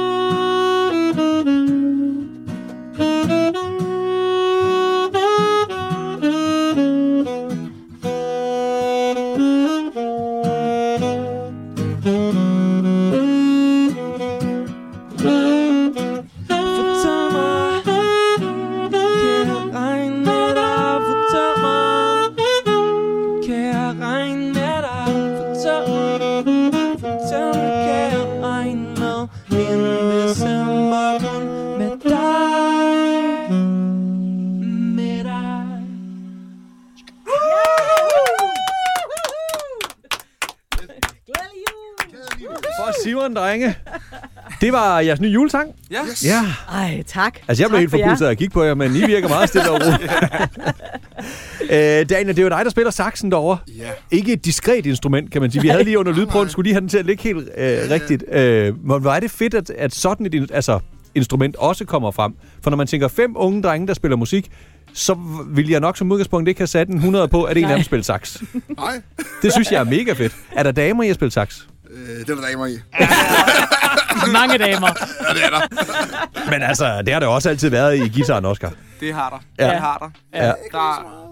[SPEAKER 3] Simon, drenge. Det var jeres nye julesang?
[SPEAKER 6] Ja.
[SPEAKER 7] Yes.
[SPEAKER 3] Ja.
[SPEAKER 2] Ej, tak.
[SPEAKER 3] Altså, jeg blev helt forpustet af at kigge på jer, men I virker meget stille og roligt. øh, Daniel, det er jo dig, der spiller saxen derovre.
[SPEAKER 7] Ja.
[SPEAKER 3] Ikke et diskret instrument, kan man sige. Vi havde lige under lydprøven, skulle lige have den til at ligge helt øh, ja, rigtigt. Øh, men hvor er det fedt, at, at sådan et altså, instrument også kommer frem. For når man tænker fem unge drenge, der spiller musik, så vil jeg nok som udgangspunkt ikke have sat en hundrede på, at en af dem spiller sax.
[SPEAKER 7] Nej.
[SPEAKER 3] Det synes jeg er mega fedt. Er der damer i at spille sax?
[SPEAKER 7] Øh, det er der damer i.
[SPEAKER 2] Mange damer.
[SPEAKER 7] Ja, det er der.
[SPEAKER 3] Men altså, det har det også altid været i guitaren, Oscar.
[SPEAKER 6] Det har der.
[SPEAKER 3] Ja.
[SPEAKER 6] Det har der.
[SPEAKER 3] Ja.
[SPEAKER 6] Der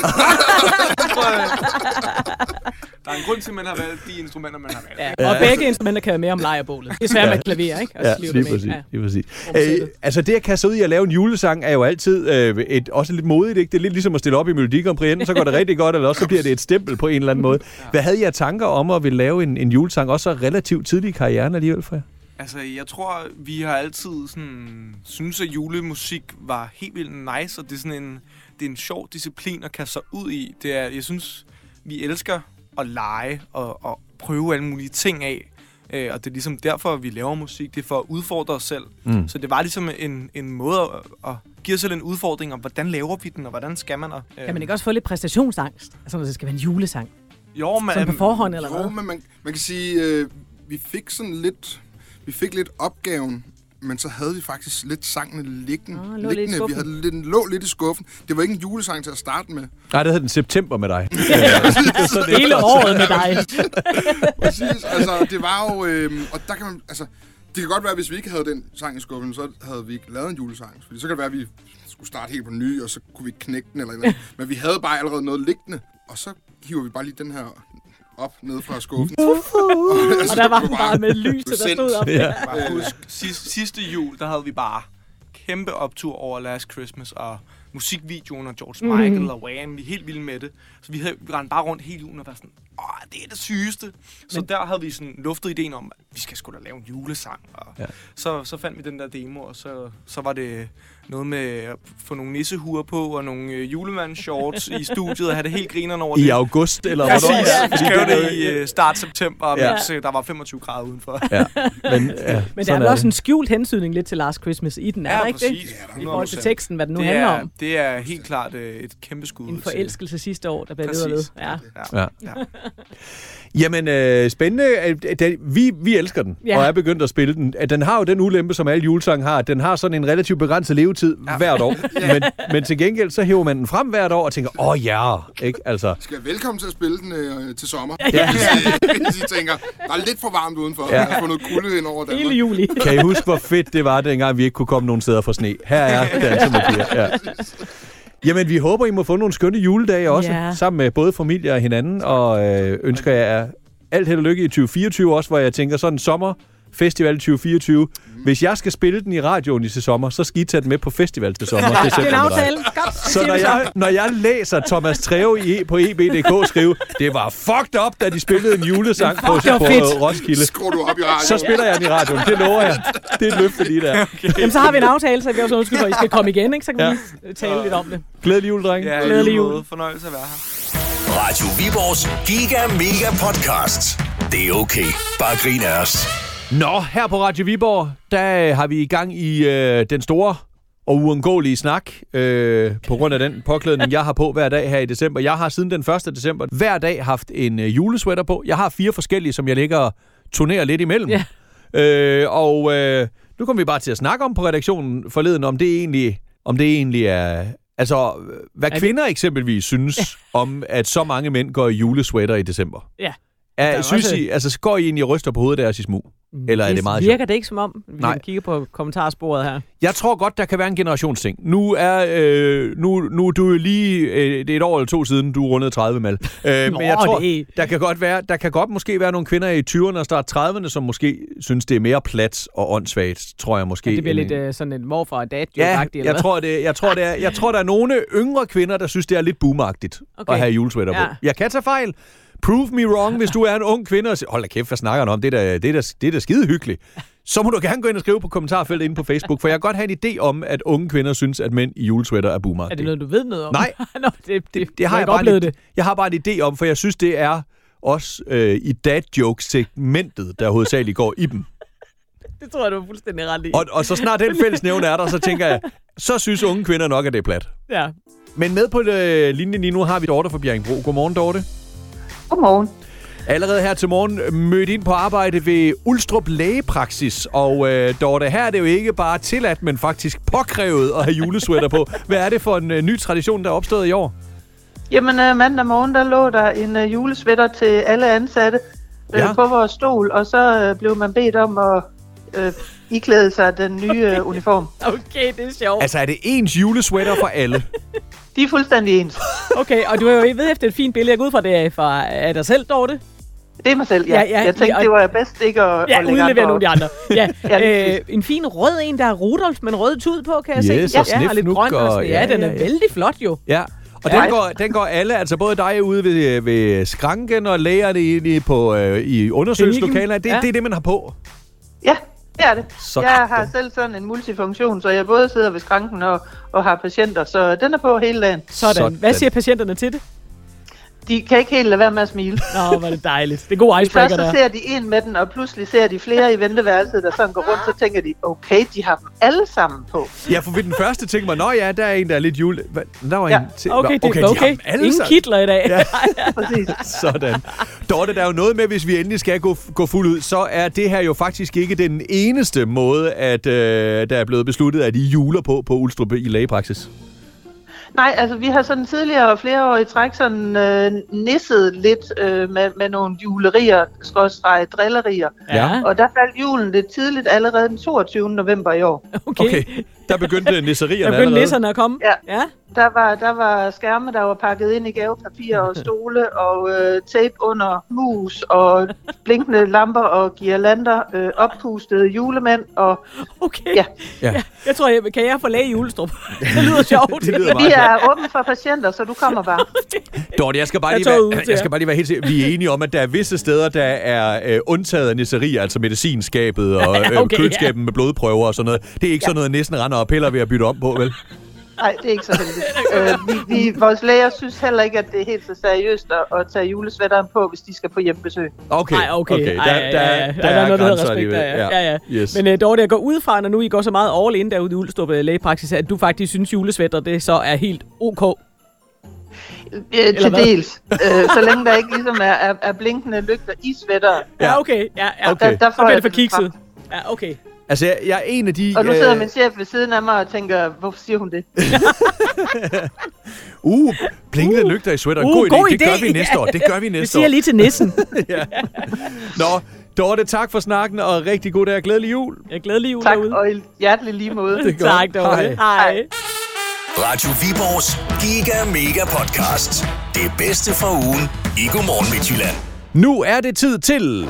[SPEAKER 6] Der er en grund til, at man har valgt de instrumenter, man har valgt.
[SPEAKER 2] Ja. Og begge instrumenter kan være mere om lejerbålet. Det er svært med klaver, ikke?
[SPEAKER 3] Ja, lige præcis. Ja. Lige præcis. Øh, altså det at kaste ud i at lave en julesang er jo altid øh, et, også lidt modigt, ikke? Det er lidt ligesom at stille op i Melodi Grand Prix, enten så går det rigtig godt, eller også så bliver det et stempel på en eller anden måde. Hvad havde I af tanker om at ville lave en, en julesang, også så relativt tidlig i karrieren alligevel for jer?
[SPEAKER 6] Altså, jeg tror, vi har altid sådan, synes, at julemusik var helt vildt nice, og det er sådan en, det er en sjov disciplin at kaste sig ud i. Det er, jeg synes, vi elsker at lege og, og prøve alle mulige ting af. Øh, og det er ligesom derfor, vi laver musik. Det er for at udfordre os selv. Mm. Så det var ligesom en, en måde at, at give os selv en udfordring om, hvordan laver vi den, og hvordan skal man... Øh...
[SPEAKER 2] Kan man ikke også få lidt præstationsangst? Altså, når det skal være en julesang?
[SPEAKER 6] Jo, men...
[SPEAKER 2] Sådan på forhånd, eller
[SPEAKER 7] jo,
[SPEAKER 2] hvad?
[SPEAKER 7] men man, man kan sige, øh, vi fik sådan lidt... Vi fik lidt opgaven, men så havde vi faktisk lidt sangene liggende.
[SPEAKER 2] Oh, lå
[SPEAKER 7] liggende.
[SPEAKER 2] Lidt
[SPEAKER 7] vi havde lidt, lå lidt i skuffen. Det var ikke en julesang til at starte med.
[SPEAKER 3] Nej, det hed den september med dig.
[SPEAKER 2] Hele året med dig.
[SPEAKER 7] Præcis, altså det var jo... Øh, og der kan man... Altså, det kan godt være, at hvis vi ikke havde den sang i skuffen, så havde vi ikke lavet en julesang. Fordi så kan det være, at vi skulle starte helt på ny, og så kunne vi ikke knække den eller noget. Men vi havde bare allerede noget liggende. Og så hiver vi bare lige den her op ned fra skuffen.
[SPEAKER 2] Uh, uh. Og der var han bare med lys, der stod op.
[SPEAKER 6] Ja. Jeg husk, sidste, sidste jul, der havde vi bare kæmpe optur over Last Christmas, og musikvideoen og George Michael mm-hmm. og Wham, vi er helt vilde med det. Så vi havde vi rendte bare rundt hele ugen og var sådan, åh, det er det sygeste. Så Men... der havde vi sådan luftet ideen om, at vi skal sgu da lave en julesang. Og ja. så, så fandt vi den der demo, og så, så var det noget med at få nogle nissehuer på, og nogle øh, julemandsshorts i studiet, og have det helt grinerne over
[SPEAKER 3] I
[SPEAKER 6] det.
[SPEAKER 3] I august, eller
[SPEAKER 6] ja,
[SPEAKER 3] hvornår?
[SPEAKER 6] Ja, vi skrev det i øh, start september,
[SPEAKER 3] ja.
[SPEAKER 6] mens øh, der var femogtyve grader udenfor.
[SPEAKER 3] Ja. Men, ja,
[SPEAKER 2] Men der er også en skjult hensydning lidt til Last Christmas i den, er
[SPEAKER 6] ja,
[SPEAKER 2] der ikke
[SPEAKER 6] præcis.
[SPEAKER 2] det?
[SPEAKER 6] Ja,
[SPEAKER 2] i forhold til teksten, hvad det nu
[SPEAKER 6] det
[SPEAKER 2] handler
[SPEAKER 6] er,
[SPEAKER 2] om.
[SPEAKER 6] Det er helt klart øh, et kæmpe skud.
[SPEAKER 2] En forelskelse sidste år, der blev ved og ved. Ja.
[SPEAKER 3] Ja. Ja. Ja. Jamen, øh, spændende. Vi, vi elsker den, ja. og er begyndt at spille den. Den har jo den ulempe, som alle julesange har. Den har sådan en relativt begrænset levetid ja. hvert år. ja. men, men til gengæld, så hæver man den frem hvert år og tænker, åh oh, ja, ikke? Altså.
[SPEAKER 7] Skal jeg velkommen til at spille den øh, til sommer.
[SPEAKER 2] Ja.
[SPEAKER 7] Hvis I tænker, der er lidt for varmt udenfor. Ja. Jeg har fået noget kulde ind over Danmark.
[SPEAKER 2] Hele juli.
[SPEAKER 3] Kan I huske, hvor fedt det var, dengang vi ikke kunne komme nogen steder for sne? Her er Danser med Pia. Ja. Jamen, vi håber, I må få nogle skønne juledage også, yeah. sammen med både familie og hinanden, og øh, ønsker jer alt held og lykke i tyve fireogtyve også, hvor jeg tænker sådan en sommerfestival tyve fireogtyve. Hvis jeg skal spille den i radioen i til sommer, så skal I tage den med på festival til sommer.
[SPEAKER 2] Det er en aftale.
[SPEAKER 3] Så når jeg, når jeg læser Thomas Treve i, på E B punktum D K skrive, det var fucked up, da de spillede en julesang på, på Roskilde.
[SPEAKER 7] Skruer du op i radioen.
[SPEAKER 3] Så spiller jeg den i radioen, det lover jeg. Det er et løfte lige der.
[SPEAKER 2] Okay. Jamen, så har vi en aftale, så vi også undskyld for, at I skal komme igen, ikke? Så kan ja. vi tale lidt om det.
[SPEAKER 3] Glædelig jul, drenge.
[SPEAKER 6] Ja,
[SPEAKER 2] glædelig jul.
[SPEAKER 6] Fornøjelse at være her.
[SPEAKER 1] Radio Viborgs Giga Mega Podcast. Det er okay. Bare grin af os.
[SPEAKER 3] Nå, her på Radio Viborg, der har vi i gang i øh, den store og uundgåelige snak, øh, på grund af den påklædning, jeg har på hver dag her i december. Jeg har siden den første december hver dag haft en øh, julesweater på. Jeg har fire forskellige, som jeg ligger og turnerer lidt imellem. Ja. Øh, og øh, nu kommer vi bare til at snakke om på redaktionen forleden, om det egentlig, om det egentlig er... Altså, hvad kvinder eksempelvis synes ja. om, at så mange mænd går i julesweater i december.
[SPEAKER 2] Ja.
[SPEAKER 3] Er, synes også... I, altså, går I egentlig og ryster på hovedet deres i smug? Eller
[SPEAKER 2] det
[SPEAKER 3] er det meget
[SPEAKER 2] virker
[SPEAKER 3] sjovt?
[SPEAKER 2] det ikke som om, vi Nej. kigger på kommentarsporet her?
[SPEAKER 3] Jeg tror godt, der kan være en generationsting. Nu er øh, nu, nu du er lige øh, det er et år eller to siden, du rundede tredive mal. Øh, Nå, men jeg tror, det... der kan godt være, der kan godt måske være nogle kvinder i tyverne og start trediverne, som måske synes, det er mere plat og åndssvagt, tror jeg måske.
[SPEAKER 2] Ja, det bliver lidt øh, sådan en morfar og dad.
[SPEAKER 3] Ja, jeg tror, det, jeg, tror, det er, jeg tror, der er nogle yngre kvinder, der synes, det er lidt boomagtigt okay. at have julesweater ja. på. Jeg kan tage fejl. Prove me wrong, hvis du er en ung kvinde og siger, hold da kæft, hvad snakker du om? Det er da, det er da, det er da skide hyggeligt. Så må du gerne gå ind og skrive på kommentarfeltet inde på Facebook, for jeg kan godt have en idé om, at unge kvinder synes, at mænd i julesweater er boomer.
[SPEAKER 2] Er det noget, du ved noget om?
[SPEAKER 3] Nej,
[SPEAKER 2] Nå, det, det, det,
[SPEAKER 3] det har jeg, bare en, det. jeg har bare en idé om, for jeg synes, det er også øh, i dad-jokes-segmentet, der hovedsageligt går i dem.
[SPEAKER 2] Det tror jeg, du er fuldstændig ret i.
[SPEAKER 3] Og, og så snart den fælles nævne er der, så tænker jeg, så synes unge kvinder nok, at det er plat.
[SPEAKER 2] Ja.
[SPEAKER 3] Men med på øh, linjen lige nu har vi Dorte fra Bjerringbro. Godmorgen, Dorte.
[SPEAKER 9] Godmorgen.
[SPEAKER 3] Allerede her til morgen mødte ind på arbejde ved Ulstrup Lægepraksis. Og øh, Dorte, her er det jo ikke bare tilladt, men faktisk påkrævet at have julesweater på. Hvad er det for en øh, ny tradition, der er opstået i år?
[SPEAKER 9] Jamen øh, mandag morgen, der lå der en øh, julesweater til alle ansatte øh, ja. på vores stol. Og så øh, blev man bedt om at øh, iklæde sig den nye øh, uniform.
[SPEAKER 2] Okay, det er sjovt.
[SPEAKER 3] Altså er det ens julesweater for alle?
[SPEAKER 9] De er fuldstændig ens.
[SPEAKER 2] Okay, og du er jo ved efter et fint billede. Jeg går ud fra, det er fra er dig selv, Dorte?
[SPEAKER 9] Det er mig selv, ja. ja, ja jeg tænkte, og... det var bedst ikke at,
[SPEAKER 2] ja,
[SPEAKER 9] at lægge
[SPEAKER 2] udlevere nogle af de andre. Ja,
[SPEAKER 9] ja,
[SPEAKER 2] øh, en fin rød en, der er Rudolf med en rød tud på, kan jeg
[SPEAKER 3] yes,
[SPEAKER 2] se.
[SPEAKER 3] Og
[SPEAKER 2] ja, og lidt grøn og sådan. Ja, ja, den er ja, ja. vældig flot jo.
[SPEAKER 3] Ja, og ja. den, går, den går alle, altså både dig ude ved, ved skranken og lægerne i, på, øh, i undersøgelseslokaler. Det, ja. det er det, man har på.
[SPEAKER 9] Ja. Det er det.
[SPEAKER 3] Så
[SPEAKER 9] jeg har selv sådan en multifunktion, så jeg både sidder ved skranken og, og har patienter, så den er på hele dagen.
[SPEAKER 2] Sådan. Sådan. Hvad siger patienterne til det?
[SPEAKER 9] De kan ikke helt lade være med at smile.
[SPEAKER 2] Nå, hvor er det dejligt. Det er god icebreaker der.
[SPEAKER 9] Så ser de en med den, og pludselig ser de flere i venteværelset, der sådan går rundt, så tænker de, okay, de har dem alle sammen på.
[SPEAKER 3] Ja, for ved den første tænker man, nå ja, der er en, der er lidt jule. Der var
[SPEAKER 2] ja.
[SPEAKER 3] en til.
[SPEAKER 2] Okay, det
[SPEAKER 3] okay,
[SPEAKER 2] er okay. Ingen sammen. Kitler i dag.
[SPEAKER 3] Ja. Præcis. Sådan. Dorte, der er jo noget med, hvis vi endelig skal gå, gå fuld ud, så er det her jo faktisk ikke den eneste måde, at øh, der er blevet besluttet, at I juler på på Ulstrup i lægepraksis.
[SPEAKER 9] Nej, altså vi har sådan tidligere og flere år i træk sådan øh, nisset lidt øh, med, med nogle julerier, skråstreg drillerier.
[SPEAKER 3] Ja.
[SPEAKER 9] Og der faldt julen lidt tidligt allerede den toogtyvende november i år.
[SPEAKER 2] Okay. okay.
[SPEAKER 3] Der begyndte nisserierne
[SPEAKER 2] Der begyndte nisserne at komme.
[SPEAKER 9] Ja. ja. Der var, der var skærme, der var pakket ind i gavepapir og stole og øh, tape under mus og blinkende lamper og girlander, øh, oppustede julemænd og...
[SPEAKER 2] Okay.
[SPEAKER 9] Ja.
[SPEAKER 2] ja. ja. Jeg tror, jeg kan jeg få læge i Julestrup. Det lyder sjovt.
[SPEAKER 3] det lyder
[SPEAKER 9] Vi er åbne for patienter, så du kommer bare.
[SPEAKER 3] Dorte, jeg skal bare lige være, jeg skal bare lige være helt sikker. Vi er enige om, at der er visse steder, der er øh, undtaget af nisserier, altså medicinskabet og øh, okay, køleskabet ja. med blodprøver og sådan noget. Det er ikke ja. sådan noget, næsten render og piller ved at bytte om på, vel?
[SPEAKER 9] Nej, det er ikke så heldigt. øh, vi, vi, vores læger synes heller ikke, at det er helt så seriøst at, at tage julesvætteren på, hvis de skal på hjemmebesøg.
[SPEAKER 3] Okay,
[SPEAKER 2] Ej, okay.
[SPEAKER 3] okay. Der,
[SPEAKER 2] Ej, ja, ja, ja.
[SPEAKER 3] der,
[SPEAKER 2] der, der er noget, der hedder respekt.
[SPEAKER 3] Ja,
[SPEAKER 2] ja, ja. ja.
[SPEAKER 3] Yes.
[SPEAKER 2] Men uh, Dorte, jeg går ud fra, når nu I går så meget all in derude i Ulstrup lægepraksis, at du faktisk synes, julesvætter, det så er helt ok.
[SPEAKER 9] Ja, til dels. øh, så længe der ikke ligesom er, er, er blinkende lygter i svætter.
[SPEAKER 2] Ja, okay. Ja, ja.
[SPEAKER 3] Okay.
[SPEAKER 9] Der, der får
[SPEAKER 2] så bliver
[SPEAKER 9] jeg
[SPEAKER 2] det for kikset. Ja, okay.
[SPEAKER 3] Altså, jeg, jeg er en af de...
[SPEAKER 9] Og nu sidder øh... min chef ved siden af mig og tænker, hvorfor siger hun det?
[SPEAKER 3] uh, blinkende uh, lygter i sweater.
[SPEAKER 2] Uh,
[SPEAKER 3] god,
[SPEAKER 2] god
[SPEAKER 3] idé.
[SPEAKER 2] idé.
[SPEAKER 3] Det gør vi næste år. Det gør vi næste år.
[SPEAKER 2] Det siger lige til nissen.
[SPEAKER 3] ja. Nå, Dorte, tak for snakken, og rigtig god dag. Glædelig jul.
[SPEAKER 2] Ja, glædelig jul
[SPEAKER 9] tak,
[SPEAKER 2] derude.
[SPEAKER 9] Tak, og hjertelig lige måde.
[SPEAKER 3] Det er
[SPEAKER 2] tak, Dorte. Hej. Hej.
[SPEAKER 1] Radio Viborgs Giga Mega Podcast. Det bedste fra ugen i Godmorgen Midtjylland.
[SPEAKER 3] Nu er det tid til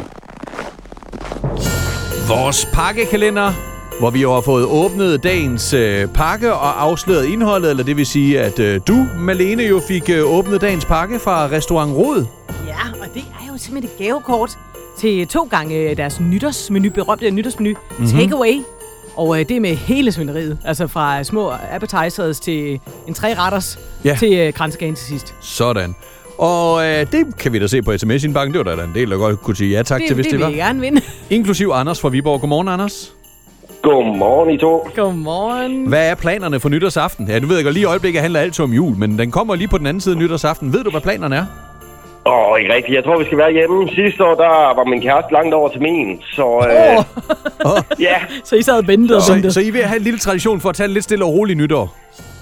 [SPEAKER 3] vores pakkekalender, hvor vi jo har fået åbnet dagens øh, pakke og afsløret indholdet, eller det vil sige, at øh, du, Malene, jo fik øh, åbnet dagens pakke fra Restaurant Rod.
[SPEAKER 2] Ja, og det er jo simpelthen et gavekort til to gange deres nytårsmenu, berømte nytårsmenu, mm-hmm. Takeaway. Og øh, det er med hele svineriet, altså fra små appetizers til en tre-retters ja. til øh, kransekagen til sidst.
[SPEAKER 3] Sådan. Og øh, det kan vi da se på sms-indbakken. Det var da en del, der godt kunne sige ja tak
[SPEAKER 2] det,
[SPEAKER 3] til, hvis det,
[SPEAKER 2] det
[SPEAKER 3] var.
[SPEAKER 2] Det vil jeg gerne vinde.
[SPEAKER 3] Inklusiv Anders fra Viborg. Godmorgen, Anders.
[SPEAKER 10] Godmorgen, I to.
[SPEAKER 2] Godmorgen.
[SPEAKER 3] Hvad er planerne for nytårsaften? Ja, du ved ikke, lige i øjeblikket handler alt om jul, men den kommer lige på den anden side nytårsaften. Ved du, hvad planerne er?
[SPEAKER 10] Åh, oh, ikke rigtigt. Jeg tror, vi skal være hjemme. Sidste år, der var min kæreste langt over til min, så... Øh,
[SPEAKER 2] oh.
[SPEAKER 10] ja.
[SPEAKER 2] Så I sad og ventede og ventede.
[SPEAKER 3] Så, så I vil have en lille tradition for at tage en lidt stille og rolig nytår?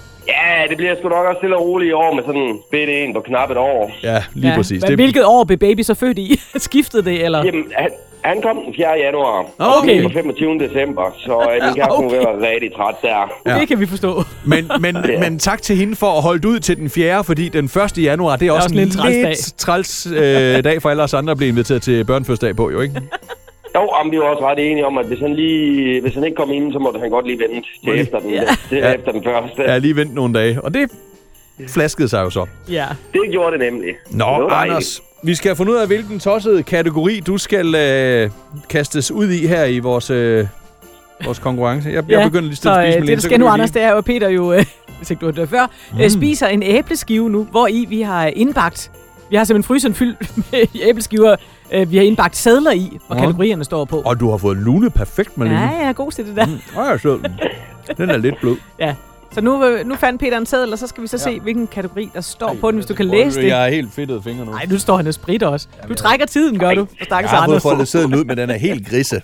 [SPEAKER 10] Ja, det bliver sgu nok også stille og roligt i år med sådan en bitte en på knap et år.
[SPEAKER 3] Ja, lige ja. præcis.
[SPEAKER 2] Men hvilket år blev baby så født i? Skiftede det, eller?
[SPEAKER 10] Jamen, han, han kom den fjerde januar.
[SPEAKER 2] Okay.
[SPEAKER 10] Og femogtyvende december, så øh, min kæreste okay. var rigtig træt der.
[SPEAKER 2] Ja. Det kan vi forstå.
[SPEAKER 3] Men, men, ja. men tak til hende for at holde ud til den fjerde, fordi den første januar, det er, det er også en lidt træls, træls øh, dag for alle os andre at blive inviteret til børnefødselsdag på, jo ikke?
[SPEAKER 10] Jo, men vi var også ret enige om, at hvis han, lige, hvis han ikke kom ind, så måtte han godt lige vente til, efter den,
[SPEAKER 2] ja.
[SPEAKER 10] til ja. efter den første.
[SPEAKER 3] Ja, lige vente nogle dage. Og det flaskede sig jo så.
[SPEAKER 2] Ja.
[SPEAKER 10] Det gjorde det nemlig.
[SPEAKER 3] Nå,
[SPEAKER 10] det
[SPEAKER 3] Anders, dejligt. Vi skal have fundet ud af, hvilken tossede kategori du skal øh, kastes ud i her i vores, øh, vores konkurrence. Jeg, ja. jeg begynder lige at spise med
[SPEAKER 2] det, der skal nu, Anders, det er jo, Peter jo, øh, hvis ikke du har det før, mm. øh, spiser en æbleskive nu, hvor i vi har indbagt. Vi har simpelthen fryseren fyldt med æbleskiver. Vi har indbagt sædler i, hvor ja. kategorierne står på.
[SPEAKER 3] Og du har fået lune perfekt, Malene.
[SPEAKER 2] Ja, jeg er god til det der.
[SPEAKER 3] Mm. Åh, jeg er sød. Den er lidt blød.
[SPEAKER 2] Ja, så nu, nu fandt Peter en sædel, og så skal vi så ja. se, hvilken kategori der står Ej, på den, hvis du kan læse det.
[SPEAKER 3] Jeg er helt fedtet fingre nu.
[SPEAKER 2] Nej, nu står han og spritter også. Du trækker tiden, gør du.
[SPEAKER 3] Jeg har fået foldet sædlen ud, men den er helt grisse.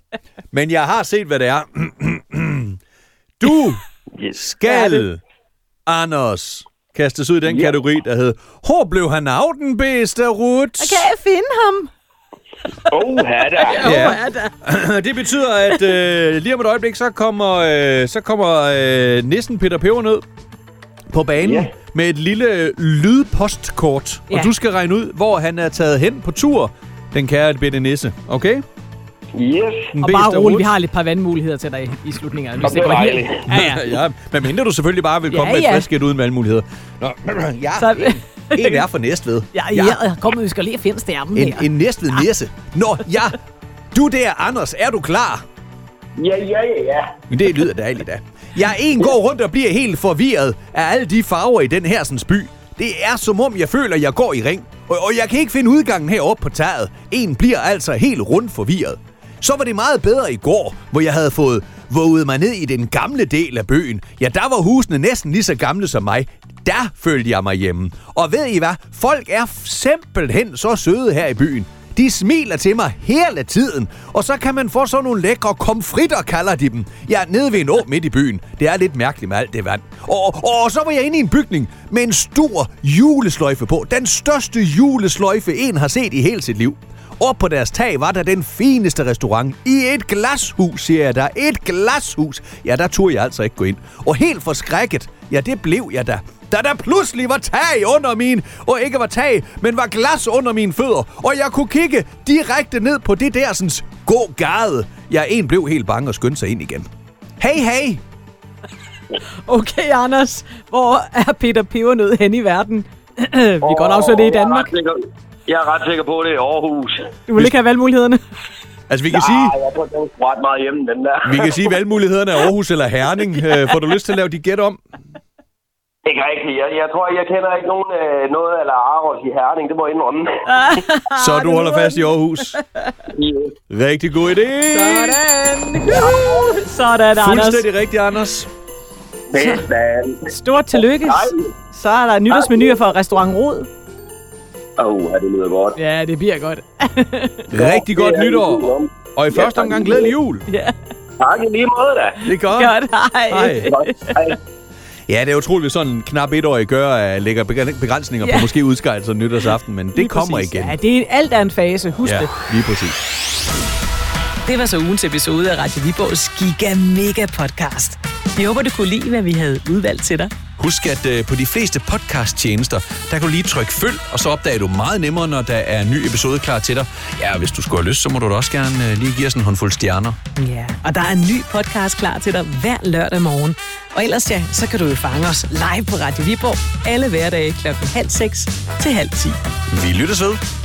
[SPEAKER 3] Men jeg har set, hvad det er. Du skal, Anders, kastes ud i den kategori, der hed Hvor blev han af den bedste, Ruth?
[SPEAKER 2] Kan jeg finde ham?
[SPEAKER 10] Åh, da.
[SPEAKER 3] Ja. Det betyder, at øh, lige om et øjeblik, så kommer, øh, så kommer øh, nissen Peter Pebernød på banen yeah. med et lille lydpostkort. Yeah. Og du skal regne ud, hvor han er taget hen på tur, den kære bitte nisse. Okay?
[SPEAKER 10] Yes.
[SPEAKER 2] Og bare roligt, vi har lidt par vandmuligheder til dig i slutningen.
[SPEAKER 10] Og det er dejligt.
[SPEAKER 2] Ja, ja.
[SPEAKER 3] ja, men mindre du selvfølgelig bare vil komme
[SPEAKER 2] ja, ja.
[SPEAKER 3] med et frisk uden valgmuligheder. Nå, ja, så... en, en er for Næstved.
[SPEAKER 2] Ja, ja. ja. Kom, vi skal lige finde stærmen
[SPEAKER 3] en,
[SPEAKER 2] her.
[SPEAKER 3] En Næstved næse. Nå, ja. Du der, Anders, er du klar?
[SPEAKER 10] Ja, ja, ja.
[SPEAKER 3] Men det lyder dejligt, da. Jeg en går rundt og bliver helt forvirret af alle de farver i den her sådan by. Det er som om, jeg føler, jeg går i ring. Og, og jeg kan ikke finde udgangen heroppe på taget. En bliver altså helt rundt forvirret. Så var det meget bedre i går, hvor jeg havde fået våget mig ned i den gamle del af byen. Ja, der var husene næsten lige så gamle som mig. Der følte jeg mig hjemme. Og ved I hvad? Folk er simpelthen så søde her i byen. De smiler til mig hele tiden. Og så kan man få sådan nogle lækre komfritter, kalder de dem. Ja, nede ved en å midt i byen. Det er lidt mærkeligt med alt det vand. Og, og, og så var jeg inde i en bygning med en stor julesløjfe på. Den største julesløjfe, en har set i hele sit liv. Oppe på deres tag var der den fineste restaurant. I et glashus, siger jeg der. Et glashus. Ja, der turde jeg altså ikke gå ind. Og helt forskrækket, ja, det blev jeg da. Da der pludselig var tag under min, og ikke var tag, men var glas under mine fødder. Og jeg kunne kigge direkte ned på det der sådan gå gade. Ja, en blev helt bange og skyndte sig ind igen. Hey, hey!
[SPEAKER 2] Okay, Anders. Hvor er Peter Pebernød hen i verden? Vi kan godt afsløre det i Danmark.
[SPEAKER 10] Jeg er, sikker, jeg er ret sikker på, at det er Aarhus.
[SPEAKER 2] Du vil ikke have valgmulighederne?
[SPEAKER 3] Altså, vi kan
[SPEAKER 10] Nej,
[SPEAKER 3] sige...
[SPEAKER 10] jeg tror, den er ret meget hjemme, den der.
[SPEAKER 3] Vi kan sige, at valgmulighederne er Aarhus eller Herning. Får du lyst til at lave de gæt om?
[SPEAKER 10] Ikke rigtigt. Jeg, jeg tror, jeg kender ikke nogen øh, noget eller Aros i Herning. Det må jeg indrømme.
[SPEAKER 3] Så du holder fast i Aarhus?
[SPEAKER 10] Yeah.
[SPEAKER 3] Rigtig god idé.
[SPEAKER 2] Sådan. Sådan, Anders.
[SPEAKER 3] Fuldstændig rigtigt, Anders.
[SPEAKER 10] Sådan.
[SPEAKER 2] Stort tillykke. Så er der nytårsmenuer for Restaurant Rod.
[SPEAKER 10] Åh, oh, det lyder godt.
[SPEAKER 2] Ja, det bliver godt.
[SPEAKER 3] Rigtig godt nytår. Og i første omgang glædelig jul.
[SPEAKER 2] Ja.
[SPEAKER 10] Tak i lige måde, da.
[SPEAKER 3] Det er godt.
[SPEAKER 2] Godt, hej.
[SPEAKER 3] Hej. Ja, det er utroligt, hvis sådan en knap etårig gør, at lægger begrænsninger ja. på måske udskejelse og nytårsaften, men det lige kommer
[SPEAKER 2] præcis.
[SPEAKER 3] igen.
[SPEAKER 2] Ja, det er alt er en fase. Husk
[SPEAKER 3] ja,
[SPEAKER 2] det.
[SPEAKER 3] lige præcis.
[SPEAKER 2] Det var så ugens episode af Radio Viborgs Giga Mega Podcast. Vi håber, du kunne lide, hvad vi havde udvalgt til dig.
[SPEAKER 3] Husk, at øh, på de fleste podcast-tjenester, der kan du lige trykke følg, og så opdager du meget nemmere, når der er en ny episode klar til dig. Ja, hvis du skulle have lyst, så må du da også gerne øh, lige give os en håndfuld stjerner.
[SPEAKER 2] Ja, og der er en ny podcast klar til dig hver lørdag morgen. Og ellers ja, så kan du jo fange os live på Radio Viborg alle hverdage klokken halv seks til halv ti.
[SPEAKER 3] Vi lyttes ved.